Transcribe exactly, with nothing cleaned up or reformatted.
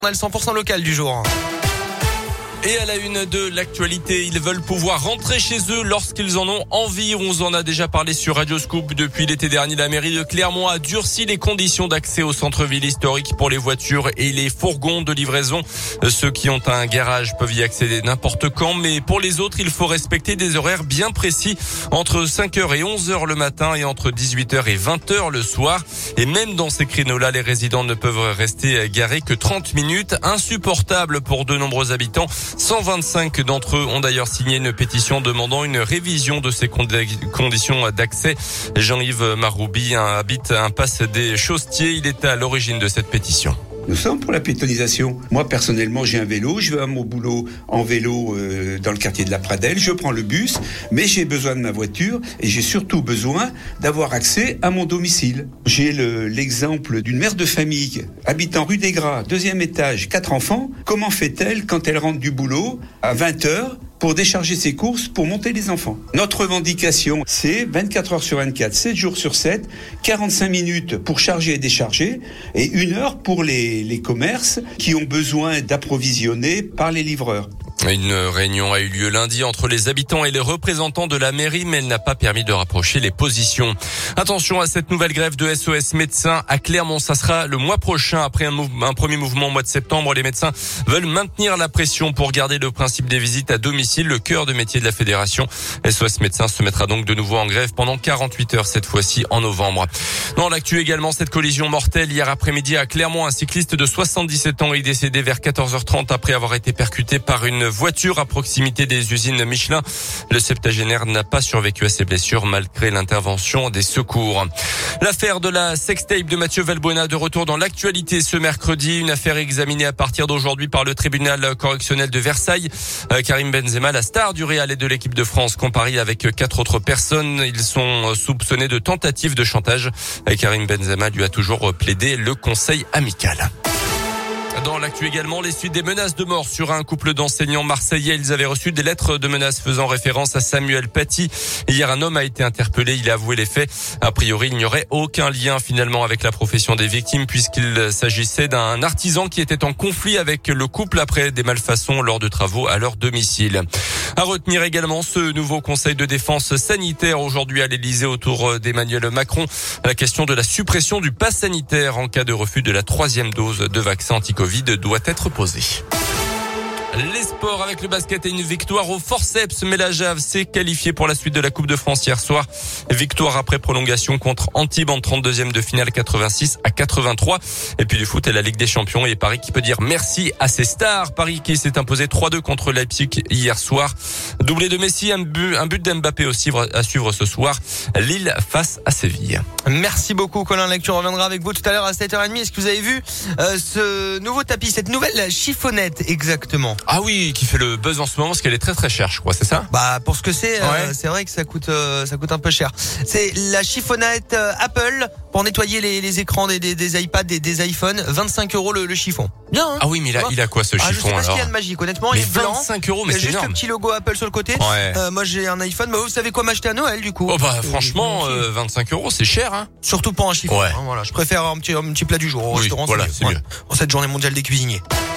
On a le cent pour cent local du jour. Et à la une de l'actualité, ils veulent pouvoir rentrer chez eux lorsqu'ils en ont envie. On vous en a déjà parlé sur Radio Scoop. Depuis l'été dernier, la mairie de Clermont a durci les conditions d'accès au centre-ville historique pour les voitures et les fourgons de livraison. Ceux qui ont un garage peuvent y accéder n'importe quand, mais pour les autres, il faut respecter des horaires bien précis entre cinq heures et onze heures le matin et entre dix-huit heures et vingt heures le soir. Et même dans ces créneaux-là, les résidents ne peuvent rester garés que trente minutes. Insupportable pour de nombreux habitants. cent vingt-cinq d'entre eux ont d'ailleurs signé une pétition demandant une révision de ces conditions d'accès. Jean-Yves Maroubi habite un passe des Chaussetiers. Il est à l'origine de cette pétition. Nous sommes pour la piétonisation. Moi, personnellement, j'ai un vélo. Je vais à mon boulot en vélo euh, dans le quartier de la Pradelle. Je prends le bus, mais j'ai besoin de ma voiture et j'ai surtout besoin d'avoir accès à mon domicile. J'ai le, l'exemple d'une mère de famille habitant rue des Gras, deuxième étage, quatre enfants. Comment fait-elle quand elle rentre du boulot à vingt heures pour décharger ses courses, pour monter les enfants? Notre revendication, c'est vingt-quatre heures sur vingt-quatre, sept jours sur sept, quarante-cinq minutes pour charger et décharger, et une heure pour les, les commerces qui ont besoin d'approvisionner par les livreurs. Une réunion a eu lieu lundi entre les habitants et les représentants de la mairie, mais elle n'a pas permis de rapprocher les positions. Attention à cette nouvelle grève de S O S médecins à Clermont. Ça sera le mois prochain. Après un, mou- un premier mouvement au mois de septembre, les médecins veulent maintenir la pression pour garder le principe des visites à domicile, le cœur de métier de la fédération. S O S médecins se mettra donc de nouveau en grève pendant quarante-huit heures, cette fois-ci en novembre. Dans l'actu également, cette collision mortelle hier après-midi à Clermont. Un cycliste de soixante-dix-sept ans est décédé vers quatorze heures trente après avoir été percuté par une voiture à proximité des usines Michelin. Le septagénaire n'a pas survécu à ses blessures malgré l'intervention des secours. L'affaire de la sextape de Mathieu Valbuena de retour dans l'actualité ce mercredi. Une affaire examinée à partir d'aujourd'hui par le tribunal correctionnel de Versailles. Karim Benzema, la star du Real et de l'équipe de France, comparit avec quatre autres personnes. Ils sont soupçonnés de tentative de chantage. Karim Benzema lui a toujours plaidé le conseil amical. Dans l'actu également, les suites des menaces de mort sur un couple d'enseignants marseillais. Ils avaient reçu des lettres de menaces faisant référence à Samuel Paty. Hier, un homme a été interpellé. Il a avoué les faits. A priori, il n'y aurait aucun lien finalement avec la profession des victimes puisqu'il s'agissait d'un artisan qui était en conflit avec le couple après des malfaçons lors de travaux à leur domicile. À retenir également ce nouveau conseil de défense sanitaire aujourd'hui à l'Elysée autour d'Emmanuel Macron. La question de la suppression du pass sanitaire en cas de refus de la troisième dose de vaccin anti-Covid doit être posée. Les sports avec le basket et une victoire au forceps, mais la Jave s'est qualifiée pour la suite de la Coupe de France hier soir. Victoire après prolongation contre Antibes en trente-deuxième de finale, quatre-vingt-six à quatre-vingt-trois. Et puis du foot et la Ligue des Champions et Paris qui peut dire merci à ses stars. Paris qui s'est imposé trois deux contre Leipzig hier soir. Doublé de Messi, un but, un but d'Mbappé aussi à suivre ce soir. Lille face à Séville. Merci beaucoup Colin Lecture. On reviendra avec vous tout à l'heure à sept heures trente. Est-ce que vous avez vu euh, ce nouveau tapis, cette nouvelle chiffonnette exactement? Ah oui, qui fait le buzz en ce moment parce qu'elle est très très chère, je crois, c'est ça? Bah pour ce que c'est, ouais. euh, c'est vrai que ça coûte euh, ça coûte un peu cher. C'est la chiffonnette euh, Apple pour nettoyer les, les écrans des, des, des iPads, des, des iPhones. vingt-cinq euros le, le chiffon. Bien. Hein, ah oui, mais il a, il a quoi ce ah, chiffon je sais pas alors? Ce qu'il y a de magique, honnêtement. Mais il est blanc. vingt-cinq euros, mais c'est juste énorme. le petit logo Apple sur le côté. Ouais. Euh, moi j'ai un iPhone. Bah, vous savez quoi m'acheter à Noël du coup? Oh bah franchement, euh, vingt-cinq euros, c'est cher, hein. Surtout pour un chiffon. Ouais. Hein, voilà, je préfère un petit un petit plat du jour au oui, restaurant. Voilà, c'est c'est mieux. mieux. Voilà. En cette journée mondiale des cuisiniers.